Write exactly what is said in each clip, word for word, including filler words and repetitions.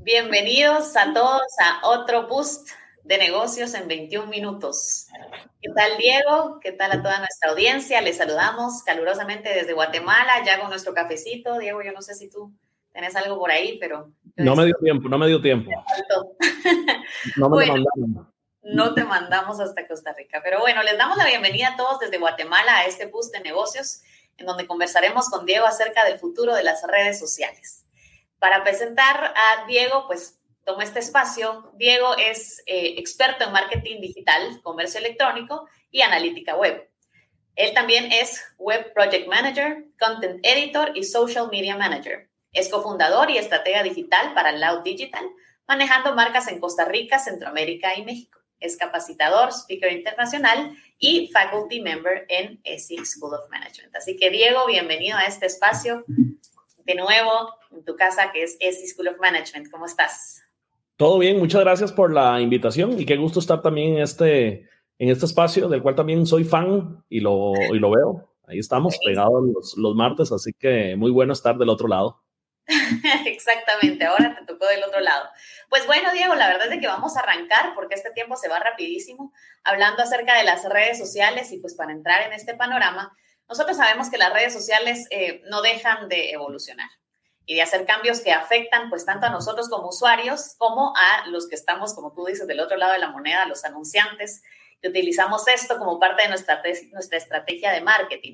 Bienvenidos a todos a otro boost de negocios en veintiún minutos. ¿Qué tal, Diego? ¿Qué tal a toda nuestra audiencia? Les saludamos calurosamente desde Guatemala, ya con nuestro cafecito. Diego, yo no sé si tú tenés algo por ahí, pero... No me dio tiempo, no me dio tiempo. No me bueno, lo mandaron. No te mandamos hasta Costa Rica. Pero bueno, les damos la bienvenida a todos desde Guatemala a este boost de negocios, en donde conversaremos con Diego acerca del futuro de las redes sociales. Para presentar a Diego, pues tomo este espacio. Diego es eh, experto en marketing digital, comercio electrónico y analítica web. Él también es Web Project Manager, Content Editor y Social Media Manager. Es cofundador y estratega digital para Loud Digital, manejando marcas en Costa Rica, Centroamérica y México. Es capacitador, speaker internacional y faculty member en E S I School of Management. Así que, Diego, bienvenido a este espacio. De nuevo, en tu casa, que es E S I School of Management. ¿Cómo estás? Todo bien, muchas gracias por la invitación y qué gusto estar también en este, en este espacio, del cual también soy fan y lo, y lo veo. Ahí estamos, sí, pegados los, los martes, así que muy bueno estar del otro lado. Exactamente, ahora te tocó del otro lado. Pues bueno, Diego, la verdad es que vamos a arrancar porque este tiempo se va rapidísimo, hablando acerca de las redes sociales y pues para entrar en este panorama, nosotros sabemos que las redes sociales eh, no dejan de evolucionar y de hacer cambios que afectan pues tanto a nosotros como usuarios como a los que estamos, como tú dices, del otro lado de la moneda, los anunciantes, que utilizamos esto como parte de nuestra, nuestra estrategia de marketing.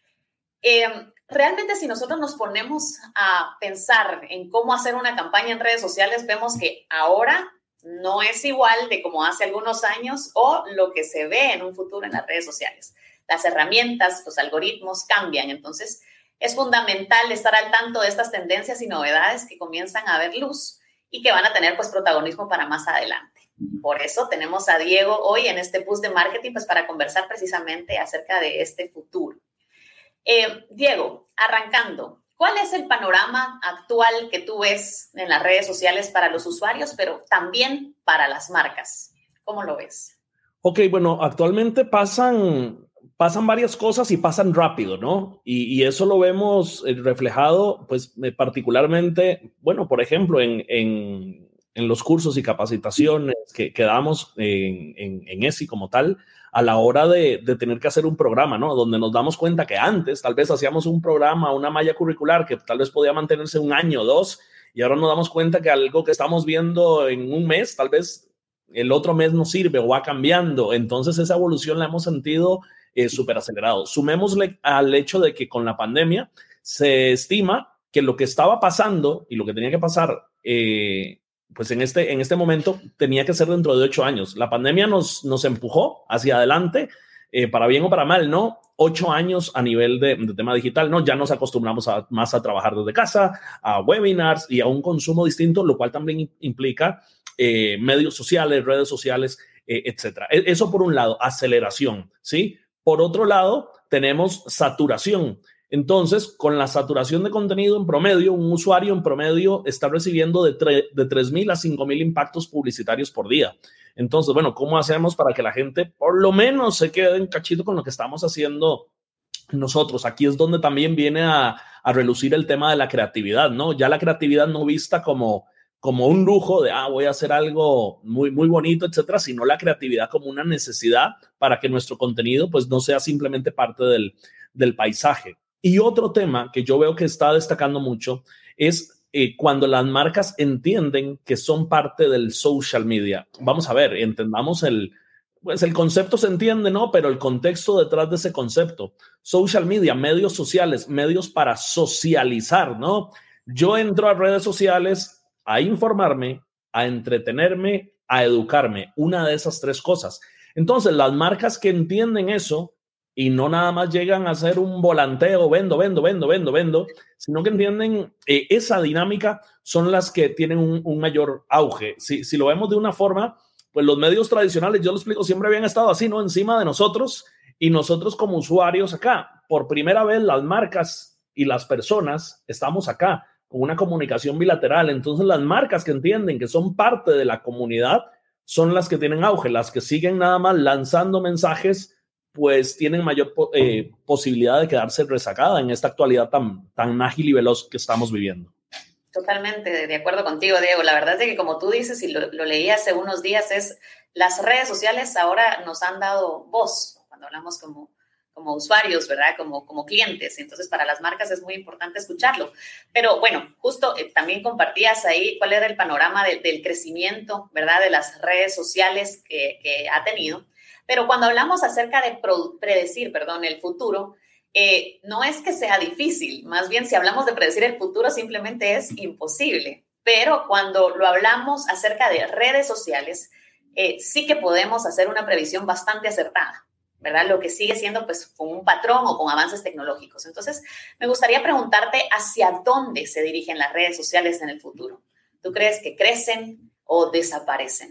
Eh, realmente si nosotros nos ponemos a pensar en cómo hacer una campaña en redes sociales, vemos que ahora no es igual de como hace algunos años o lo que se ve en un futuro en las redes sociales. Las herramientas, los algoritmos cambian, entonces es fundamental estar al tanto de estas tendencias y novedades que comienzan a ver luz y que van a tener pues protagonismo para más adelante. Por eso tenemos a Diego hoy en este boost de marketing pues para conversar precisamente acerca de este futuro. Eh, Diego, arrancando, ¿cuál es el panorama actual que tú ves en las redes sociales para los usuarios, pero también para las marcas? ¿Cómo lo ves? Ok, bueno, actualmente pasan, pasan varias cosas y pasan rápido, ¿no? Y, y eso lo vemos reflejado, pues, particularmente, bueno, por ejemplo, en, en, en los cursos y capacitaciones que, que damos en, en, en E S I como tal, a la hora de, de tener que hacer un programa, ¿no? Donde nos damos cuenta que antes tal vez hacíamos un programa, una malla curricular que tal vez podía mantenerse un año o dos, y ahora nos damos cuenta que algo que estamos viendo en un mes, tal vez el otro mes no sirve o va cambiando. Entonces esa evolución la hemos sentido eh, súper acelerado. Sumémosle al hecho de que con la pandemia se estima que lo que estaba pasando y lo que tenía que pasar eh, pues en este, en este momento tenía que ser dentro de ocho años. La pandemia nos, nos empujó hacia adelante, eh, para bien o para mal, ¿no? Ocho años a nivel de, de tema digital, ¿no? Ya nos acostumbramos a, más a trabajar desde casa, a webinars y a un consumo distinto, lo cual también implica eh, medios sociales, redes sociales, eh, etcétera. Eso por un lado, aceleración, ¿sí? Por otro lado, tenemos saturación. Entonces, con la saturación de contenido en promedio, un usuario en promedio está recibiendo de, tre- de tres mil a cinco mil impactos publicitarios por día. Entonces, bueno, ¿cómo hacemos para que la gente por lo menos se quede en cachito con lo que estamos haciendo nosotros? Aquí es donde también viene a, a relucir el tema de la creatividad, ¿no? Ya la creatividad no vista como, como un lujo de, ah, voy a hacer algo muy, muy bonito, etcétera, sino la creatividad como una necesidad para que nuestro contenido, pues, no sea simplemente parte del, del paisaje. Y otro tema que yo veo que está destacando mucho es eh, cuando las marcas entienden que son parte del social media. Vamos a ver, entendamos el, pues el concepto se entiende, ¿no? Pero el contexto detrás de ese concepto. Social media, medios sociales, medios para socializar, ¿no? Yo entro a redes sociales a informarme, a entretenerme, a educarme. Una de esas tres cosas. Entonces, las marcas que entienden eso y no nada más llegan a hacer un volanteo, vendo, vendo, vendo, vendo, vendo, sino que entienden eh, esa dinámica, son las que tienen un, un mayor auge. Si, si lo vemos de una forma, pues los medios tradicionales, yo lo explico, siempre habían estado así, ¿no? Encima de nosotros, y nosotros como usuarios acá. Por primera vez las marcas y las personas estamos acá con una comunicación bilateral. Entonces las marcas que entienden que son parte de la comunidad son las que tienen auge. Las que siguen nada más lanzando mensajes pues tienen mayor eh, posibilidad de quedarse rezagada en esta actualidad tan, tan ágil y veloz que estamos viviendo. Totalmente de acuerdo contigo, Diego. La verdad es que como tú dices, y lo, lo leí hace unos días, es las redes sociales ahora nos han dado voz cuando hablamos como, como usuarios, ¿verdad? Como, como clientes. Entonces, para las marcas es muy importante escucharlo. Pero bueno, justo eh, también compartías ahí cuál era el panorama de, del crecimiento, ¿verdad? De las redes sociales que, que ha tenido. Pero cuando hablamos acerca de pro, predecir, perdón, el futuro, Eh, no es que sea difícil, más bien si hablamos de predecir el futuro simplemente es imposible, pero cuando lo hablamos acerca de redes sociales, eh, sí que podemos hacer una previsión bastante acertada, ¿verdad? Lo que sigue siendo pues con un patrón o con avances tecnológicos. Entonces, me gustaría preguntarte hacia dónde se dirigen las redes sociales en el futuro. ¿Tú crees que crecen o desaparecen?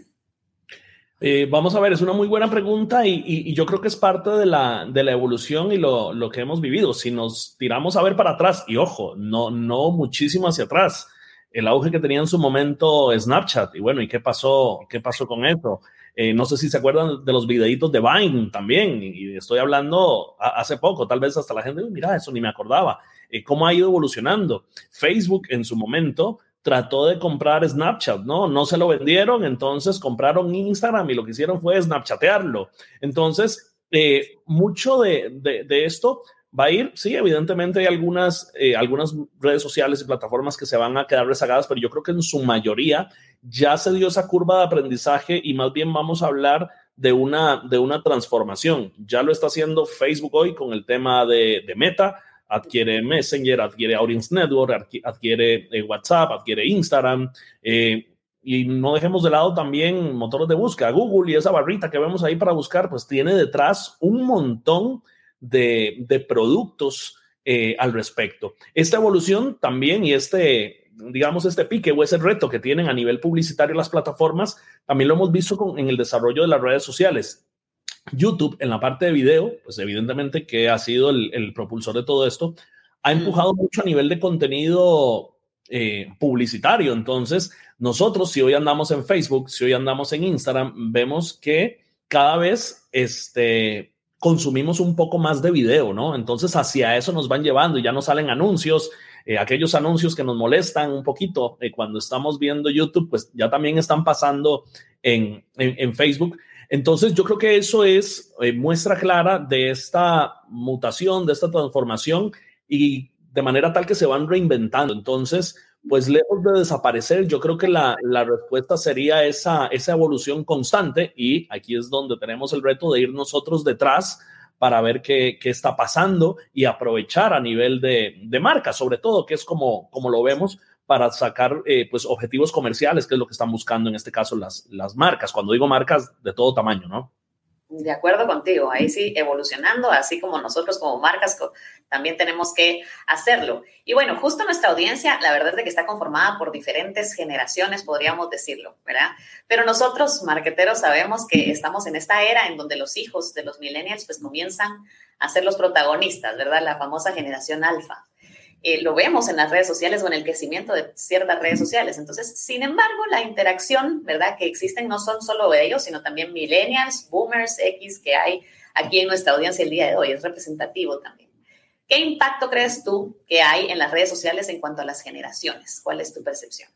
Eh, vamos a ver, es una muy buena pregunta y, y, y yo creo que es parte de la, de la evolución y lo, lo que hemos vivido. Si nos tiramos a ver para atrás, y ojo, no, no muchísimo hacia atrás, el auge que tenía en su momento Snapchat, y bueno, ¿y qué pasó, qué pasó con eso? Eh, no sé si se acuerdan de los videitos de Vine también, y, y estoy hablando a, hace poco, tal vez hasta la gente, mira, eso ni me acordaba. Eh, ¿Cómo ha ido evolucionando? Facebook en su momento trató de comprar Snapchat, ¿no? No se lo vendieron, entonces compraron Instagram y lo que hicieron fue snapchatearlo. Entonces, eh, mucho de, de, de esto va a ir, sí, evidentemente hay algunas, eh, algunas redes sociales y plataformas que se van a quedar rezagadas, pero yo creo que en su mayoría ya se dio esa curva de aprendizaje y más bien vamos a hablar de una, de una transformación. Ya lo está haciendo Facebook hoy con el tema de, de Meta, adquiere Messenger, adquiere Audience Network, adquiere eh, WhatsApp, adquiere Instagram, eh, y no dejemos de lado también motores de búsqueda. Google y esa barrita que vemos ahí para buscar, pues tiene detrás un montón de, de productos eh, al respecto. Esta evolución también y este, digamos, este pique o ese reto que tienen a nivel publicitario las plataformas, también lo hemos visto con, en el desarrollo de las redes sociales. YouTube, en la parte de video, pues evidentemente que ha sido el, el propulsor de todo esto, ha empujado mm. mucho a nivel de contenido eh, publicitario. Entonces, nosotros, si hoy andamos en Facebook, si hoy andamos en Instagram, vemos que cada vez este, consumimos un poco más de video, ¿no? Entonces, hacia eso nos van llevando y ya nos salen anuncios. Eh, aquellos anuncios que nos molestan un poquito eh, cuando estamos viendo YouTube, pues ya también están pasando en, en, en Facebook. Entonces, yo creo que eso es eh, muestra clara de esta mutación, de esta transformación y de manera tal que se van reinventando. Entonces, pues lejos de desaparecer, yo creo que la, la respuesta sería esa, esa evolución constante y aquí es donde tenemos el reto de ir nosotros detrás para ver qué, qué está pasando y aprovechar a nivel de, de marca, sobre todo, que es como, como lo vemos, para sacar eh, pues objetivos comerciales, que es lo que están buscando en este caso las, las marcas. Cuando digo marcas, de todo tamaño, ¿no? De acuerdo contigo, ahí sí, evolucionando, así como nosotros como marcas también tenemos que hacerlo. Y bueno, justo nuestra audiencia, la verdad es de que está conformada por diferentes generaciones, podríamos decirlo, ¿verdad? Pero nosotros, marketeros, sabemos que estamos en esta era en donde los hijos de los millennials pues comienzan a ser los protagonistas, ¿verdad? La famosa generación alfa. Eh, lo vemos en las redes sociales o en el crecimiento de ciertas redes sociales. Entonces, sin embargo, la interacción, ¿verdad?, que existen no son solo ellos, sino también millennials, boomers, X, que hay aquí en nuestra audiencia el día de hoy. Es representativo también. ¿Qué impacto crees tú que hay en las redes sociales en cuanto a las generaciones? ¿Cuál es tu percepción?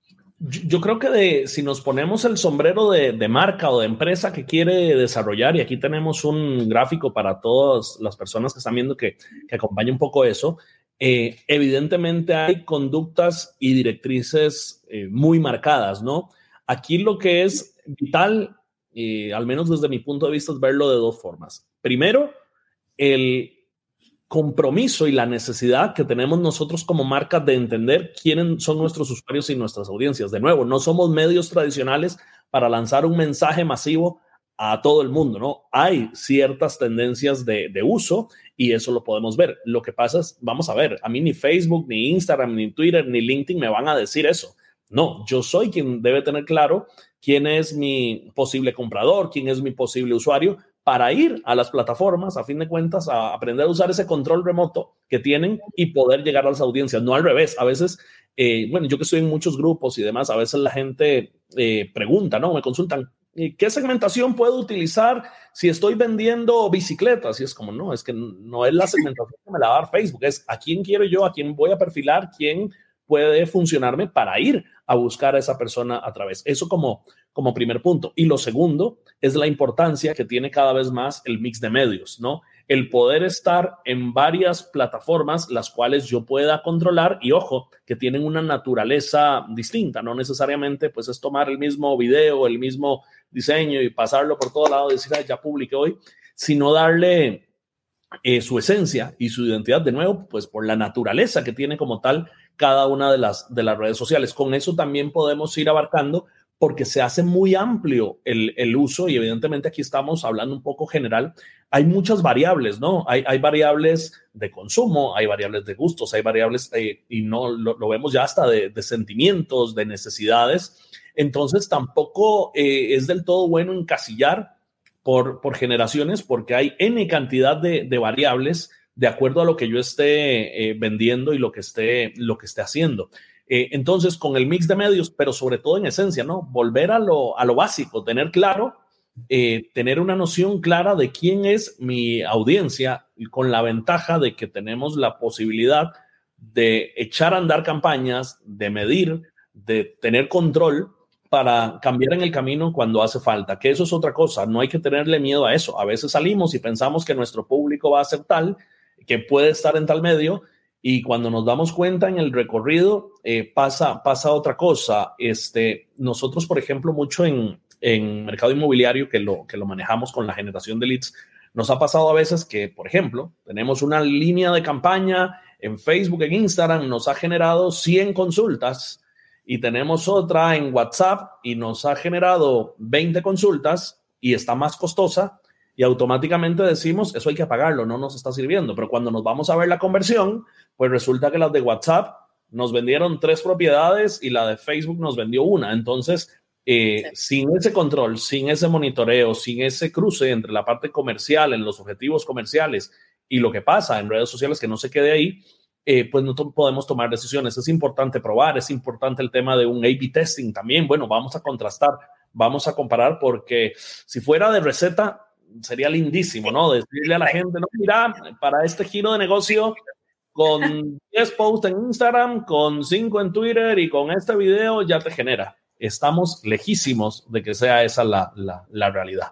Yo, yo creo que de, si nos ponemos el sombrero de, de marca o de empresa que quiere desarrollar, y aquí tenemos un gráfico para todas las personas que están viendo que, que acompaña un poco eso, Eh, evidentemente hay conductas y directrices eh, muy marcadas, ¿no? Aquí lo que es vital, eh, al menos desde mi punto de vista, es verlo de dos formas. Primero, el compromiso y la necesidad que tenemos nosotros como marcas de entender quiénes son nuestros usuarios y nuestras audiencias. De nuevo, no somos medios tradicionales para lanzar un mensaje masivo a todo el mundo, ¿no? Hay ciertas tendencias de, de uso y eso lo podemos ver. Lo que pasa es, vamos a ver, a mí ni Facebook, ni Instagram, ni Twitter, ni LinkedIn me van a decir eso. No, yo soy quien debe tener claro quién es mi posible comprador, quién es mi posible usuario, para ir a las plataformas, a fin de cuentas, a aprender a usar ese control remoto que tienen y poder llegar a las audiencias. No al revés. A veces, eh, bueno, yo que estoy en muchos grupos y demás, a veces la gente eh, pregunta, ¿no? Me consultan, ¿qué segmentación puedo utilizar si estoy vendiendo bicicletas? Y es como, no, es que no es la segmentación que me la va a dar Facebook, es a quién quiero yo, a quién voy a perfilar, quién puede funcionarme para ir a buscar a esa persona a través. Eso como, como primer punto. Y lo segundo es la importancia que tiene cada vez más el mix de medios, ¿no? El poder estar en varias plataformas, las cuales yo pueda controlar y, ojo, que tienen una naturaleza distinta. No necesariamente pues es tomar el mismo video, el mismo diseño y pasarlo por todo lado y decir, ah, ya publiqué hoy, sino darle eh, su esencia y su identidad de nuevo, pues por la naturaleza que tiene como tal cada una de las, de las redes sociales. Con eso también podemos ir abarcando, porque se hace muy amplio el, el uso y evidentemente aquí estamos hablando un poco general. Hay muchas variables, ¿no? Hay, hay variables de consumo, hay variables de gustos, hay variables eh, y no lo, lo vemos ya hasta de, de sentimientos, de necesidades. Entonces tampoco eh, es del todo bueno encasillar por, por generaciones, porque hay N cantidad de, de variables de acuerdo a lo que yo esté eh, vendiendo y lo que esté, lo que esté haciendo. Eh, entonces, con el mix de medios, pero sobre todo en esencia, ¿no? Volver a lo, a lo básico, tener claro, eh, tener una noción clara de quién es mi audiencia, y con la ventaja de que tenemos la posibilidad de echar a andar campañas, de medir, de tener control para cambiar en el camino cuando hace falta, que eso es otra cosa. No hay que tenerle miedo a eso. A veces salimos y pensamos que nuestro público va a ser tal, que puede estar en tal medio, y cuando nos damos cuenta en el recorrido, eh, pasa, pasa otra cosa. Este, nosotros, por ejemplo, mucho en, en mercado inmobiliario, que lo, que lo manejamos con la generación de leads, nos ha pasado a veces que, por ejemplo, tenemos una línea de campaña en Facebook, en Instagram, nos ha generado cien consultas, y tenemos otra en WhatsApp y nos ha generado veinte consultas y está más costosa, y automáticamente decimos, eso hay que pagarlo, no nos está sirviendo. Pero cuando nos vamos a ver la conversión, pues resulta que las de WhatsApp nos vendieron tres propiedades y la de Facebook nos vendió una. Entonces, eh, sí. sin ese control, sin ese monitoreo, sin ese cruce entre la parte comercial, en los objetivos comerciales y lo que pasa en redes sociales, que no se quede ahí, eh, pues no to- podemos tomar decisiones. Es importante probar, es importante el tema de un A B testing también. Bueno, vamos a contrastar, vamos a comparar, porque si fuera de receta, sería lindísimo, ¿no? Decirle a la gente, no, mira, para este giro de negocio, con diez posts en Instagram, con cinco en Twitter y con este video ya te genera. Estamos lejísimos de que sea esa la, la, la realidad.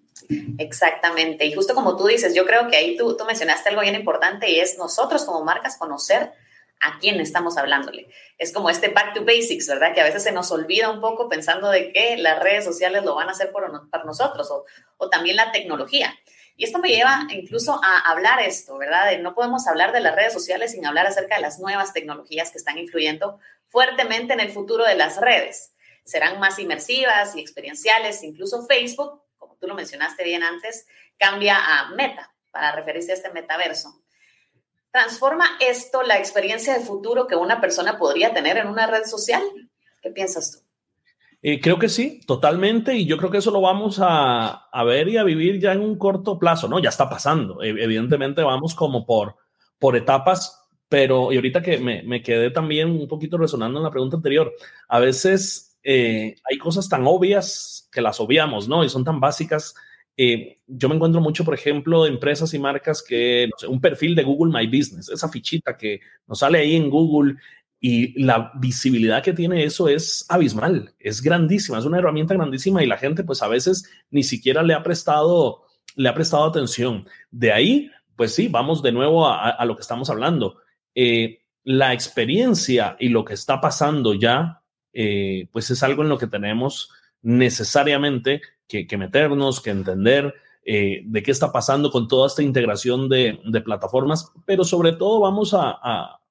Exactamente. Y justo como tú dices, yo creo que ahí tú, tú mencionaste algo bien importante, y es nosotros como marcas conocer a quién estamos hablándole. Es como este back to basics, ¿verdad? Que a veces se nos olvida un poco pensando de que las redes sociales lo van a hacer por, para nosotros, o, o también la tecnología. Y esto me lleva incluso a hablar esto, ¿verdad? De no podemos hablar de las redes sociales sin hablar acerca de las nuevas tecnologías que están influyendo fuertemente en el futuro de las redes. Serán más inmersivas y experienciales. Incluso Facebook, como tú lo mencionaste bien antes, cambia a Meta para referirse a este metaverso. ¿Transforma esto la experiencia de futuro que una persona podría tener en una red social? ¿Qué piensas tú? Eh, creo que sí, totalmente, y yo creo que eso lo vamos a, a ver y a vivir ya en un corto plazo, ¿no? Ya está pasando. Eh, evidentemente vamos como por, por etapas, pero y ahorita que me, me quedé también un poquito resonando en la pregunta anterior, a veces eh, hay cosas tan obvias que las obviamos, ¿no? Y son tan básicas. Eh, yo me encuentro mucho, por ejemplo, empresas y marcas que, no sé, un perfil de Google My Business, esa fichita que nos sale ahí en Google, y la visibilidad que tiene eso es abismal, es grandísima, es una herramienta grandísima, y la gente pues a veces ni siquiera le ha prestado, le ha prestado atención. De ahí, pues sí, vamos de nuevo a, a lo que estamos hablando. Eh, la experiencia y lo que está pasando ya, eh, pues es algo en lo que tenemos necesariamente que, que meternos, que entender eh, de qué está pasando con toda esta integración de, de plataformas, pero sobre todo vamos a, a,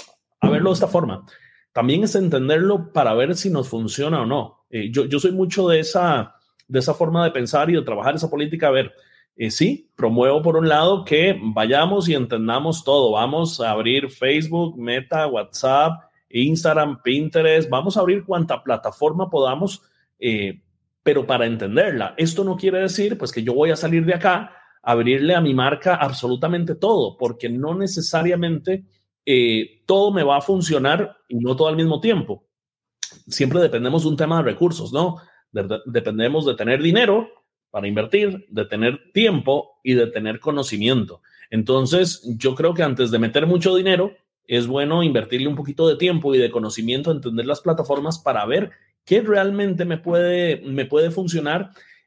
a verlo de esta forma. También es entenderlo para ver si nos funciona o no. Eh, yo, yo soy mucho de esa, de esa forma de pensar y de trabajar esa política. A ver, eh, sí, promuevo por un lado que vayamos y entendamos todo. Vamos a abrir Facebook, Meta, WhatsApp, Instagram, Pinterest. Vamos a abrir cuanta plataforma podamos, eh, pero para entenderla. Esto no quiere decir pues que yo voy a salir de acá a abrirle a mi marca absolutamente todo, porque no necesariamente eh, todo me va a funcionar y no todo al mismo tiempo. Siempre dependemos de un tema de recursos, ¿no? De, de, dependemos de tener dinero para invertir, de tener tiempo y de tener conocimiento. Entonces, yo creo que antes de meter mucho dinero, es bueno invertirle un poquito de tiempo y de conocimiento a entender las plataformas para ver qué realmente me puede, me puede funcionar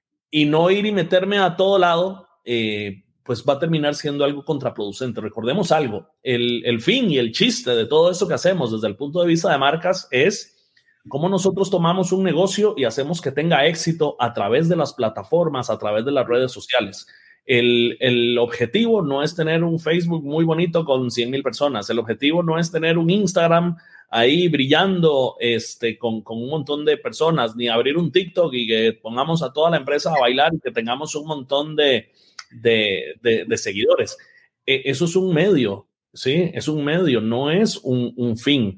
y no ir y meterme a todo lado, eh, pues va a terminar siendo algo contraproducente. Recordemos algo, el, el fin y el chiste de todo esto que hacemos desde el punto de vista de marcas es cómo nosotros tomamos un negocio y hacemos que tenga éxito a través de las plataformas, a través de las redes sociales. El, el objetivo no es tener un Facebook muy bonito con cien mil personas. El objetivo no es tener un Instagram ahí brillando este, con, con un montón de personas, ni abrir un TikTok y que pongamos a toda la empresa a bailar y que tengamos un montón de, de, de, de seguidores. Eh, eso es un medio, ¿sí? Es un medio, no es un, un fin.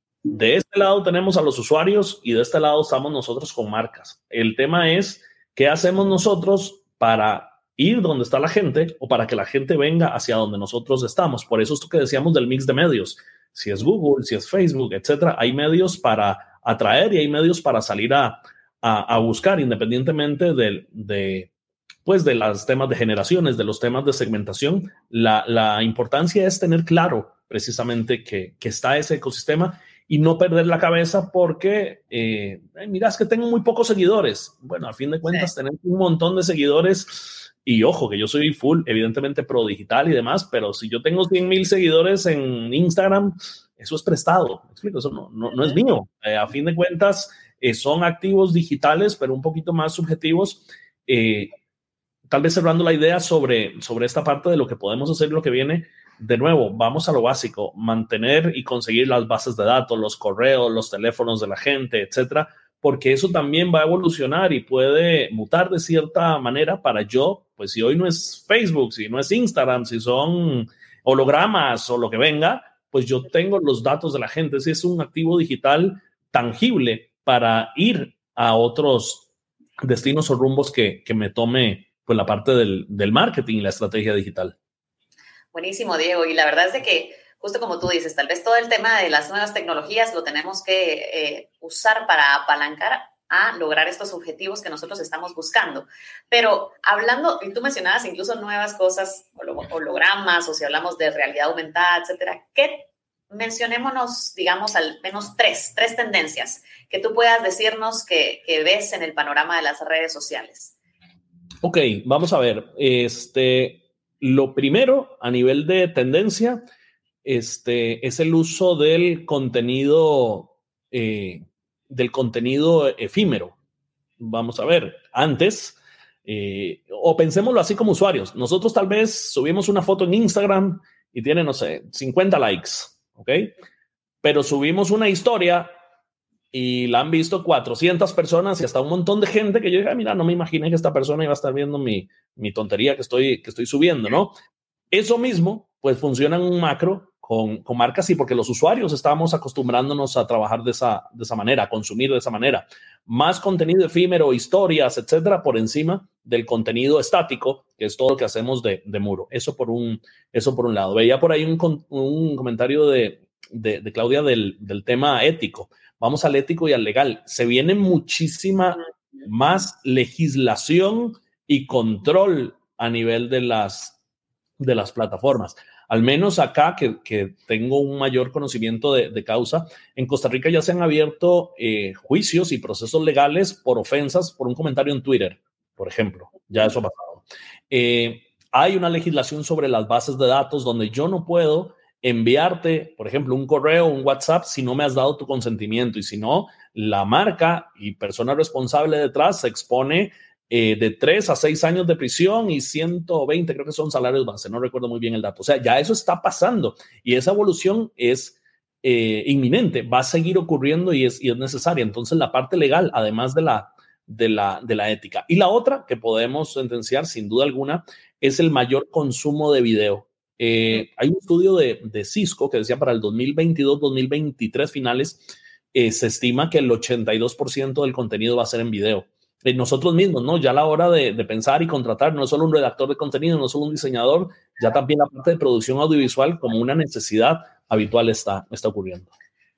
De este lado tenemos a los usuarios y de este lado estamos nosotros con marcas. El tema es qué hacemos nosotros para ir donde está la gente o para que la gente venga hacia donde nosotros estamos. Por eso esto que decíamos del mix de medios. Si es Google, si es Facebook, etcétera, hay medios para atraer y hay medios para salir a, a, a buscar, independientemente de, de, pues de los temas de generaciones, de los temas de segmentación. La, la importancia es tener claro precisamente que, que está ese ecosistema y no perder la cabeza porque, eh, mira, es que tengo muy pocos seguidores. Bueno, a fin de cuentas, sí. Tener un montón de seguidores. Y ojo, que yo soy full, evidentemente, pro digital y demás, pero si yo tengo cien mil seguidores en Instagram, eso es prestado. ¿Me explico? Eso no, no, no es mío. Eh, a fin de cuentas, eh, son activos digitales, pero un poquito más subjetivos. Eh, tal vez cerrando la idea sobre, sobre esta parte de lo que podemos hacer y lo que viene, de nuevo, vamos a lo básico, mantener y conseguir las bases de datos, los correos, los teléfonos de la gente, etcétera, porque eso también va a evolucionar y puede mutar de cierta manera para yo, pues si hoy no es Facebook, si no es Instagram, si son hologramas o lo que venga, pues yo tengo los datos de la gente. Si es un activo digital tangible para ir a otros destinos o rumbos que, que me tome pues la parte del, del marketing y la estrategia digital. Buenísimo, Diego. Y la verdad es de que justo como tú dices, tal vez todo el tema de las nuevas tecnologías lo tenemos que eh, usar para apalancar a lograr estos objetivos que nosotros estamos buscando. Pero hablando, y tú mencionabas incluso nuevas cosas, hologramas, o si hablamos de realidad aumentada, etcétera, ¿qué? Mencionémonos, digamos, al menos tres, tres tendencias que tú puedas decirnos que, que ves en el panorama de las redes sociales. Ok, vamos a ver. Este, lo primero, a nivel de tendencia, Este, es el uso del contenido, eh, del contenido efímero. Vamos a ver, antes, eh, o pensémoslo así como usuarios, nosotros tal vez subimos una foto en Instagram y tiene, no sé, cincuenta likes, ¿ok? Pero subimos una historia y la han visto cuatrocientas personas y hasta un montón de gente que yo dije, ah, mira, no me imaginé que esta persona iba a estar viendo mi, mi tontería que estoy, que estoy subiendo, ¿no? Eso mismo, pues funciona en un macro con, con marcas y porque los usuarios estamos acostumbrándonos a trabajar de esa, de esa manera, a consumir de esa manera. Más contenido efímero, historias, etcétera, por encima del contenido estático, que es todo lo que hacemos de, de muro. Eso por un, eso por un lado. Veía por ahí un, un comentario de, de, de Claudia del, del tema ético. Vamos al ético y al legal. Se viene muchísima más legislación y control a nivel de las, de las plataformas. Al menos acá, que, que tengo un mayor conocimiento de, de causa, en Costa Rica ya se han abierto eh, juicios y procesos legales por ofensas por un comentario en Twitter, por ejemplo. Ya eso ha pasado. Eh, hay una legislación sobre las bases de datos donde yo no puedo enviarte, por ejemplo, un correo, un WhatsApp, si no me has dado tu consentimiento. Y si no, la marca y persona responsable detrás se expone Eh, de tres a seis años de prisión y ciento veinte, creo que son salarios base, no recuerdo muy bien el dato. O sea, ya eso está pasando y esa evolución es eh, inminente, va a seguir ocurriendo y es, y es necesaria. Entonces, la parte legal, además de la, de, la, de la ética. Y la otra que podemos sentenciar, sin duda alguna, es el mayor consumo de video. Eh, hay un estudio de, de Cisco que decía para el dos mil veintidós dos mil veintitrés finales, eh, se estima que el ochenta y dos por ciento del contenido va a ser en video. Nosotros mismos, ¿no? Ya a la hora de, de pensar y contratar, no es solo un redactor de contenido, no es solo un diseñador, ya también la parte de producción audiovisual como una necesidad habitual está, está ocurriendo.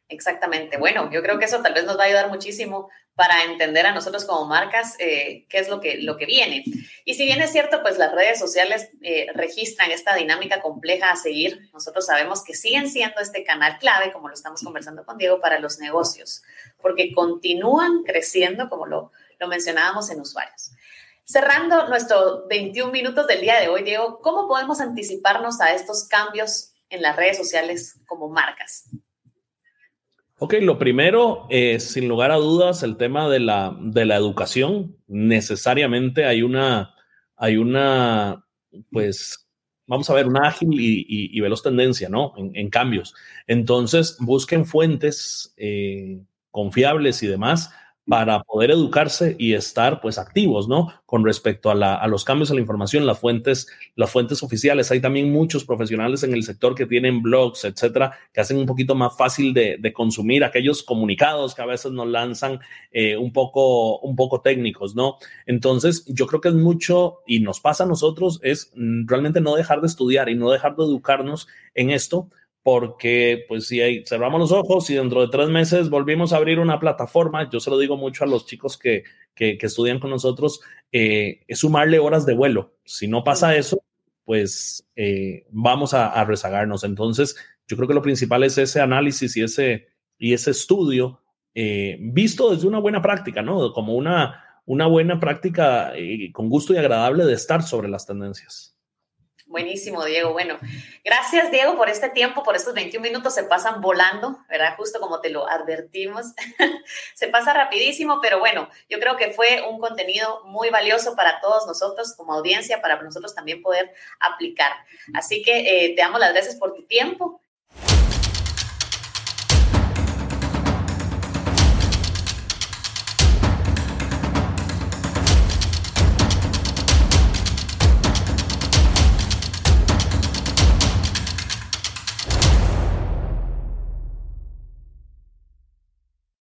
Exactamente. Bueno, yo creo que eso tal vez nos va a ayudar muchísimo para entender a nosotros como marcas eh, qué es lo que, lo que viene. Y si bien es cierto, pues las redes sociales eh, registran esta dinámica compleja a seguir, nosotros sabemos que siguen siendo este canal clave, como lo estamos conversando con Diego, para los negocios, porque continúan creciendo, como lo, lo mencionábamos en usuarios. Cerrando nuestros veintiún minutos del día de hoy, Diego, ¿cómo podemos anticiparnos a estos cambios en las redes sociales como marcas? Ok, lo primero, eh, sin lugar a dudas, el tema de la, de la educación. Necesariamente hay una, hay una, pues, vamos a ver, una ágil y, y, y veloz tendencia, ¿no? En, en cambios. Entonces, busquen fuentes eh, confiables y demás para poder educarse y estar, pues, activos, ¿no? Con respecto a, la, a los cambios en la información, las fuentes, las fuentes oficiales. Hay también muchos profesionales en el sector que tienen blogs, etcétera, que hacen un poquito más fácil de, de consumir aquellos comunicados que a veces nos lanzan eh, un poco, un poco técnicos, ¿no? Entonces, yo creo que es mucho, y nos pasa a nosotros, es realmente no dejar de estudiar y no dejar de educarnos en esto, porque pues si hay, cerramos los ojos y dentro de tres meses volvimos a abrir una plataforma, yo se lo digo mucho a los chicos que, que, que estudian con nosotros, eh, es sumarle horas de vuelo. Si no pasa eso, pues eh, vamos a, a rezagarnos. Entonces, yo creo que lo principal es ese análisis y ese, y ese estudio eh, visto desde una buena práctica, ¿no? Como una, una buena práctica eh, con gusto y agradable de estar sobre las tendencias. Buenísimo, Diego. Bueno, gracias, Diego, por este tiempo, por estos veintiún minutos. Se pasan volando, ¿verdad? Justo como te lo advertimos. Se pasa rapidísimo, pero bueno, yo creo que fue un contenido muy valioso para todos nosotros como audiencia, para nosotros también poder aplicar. Así que eh, te damos las gracias por tu tiempo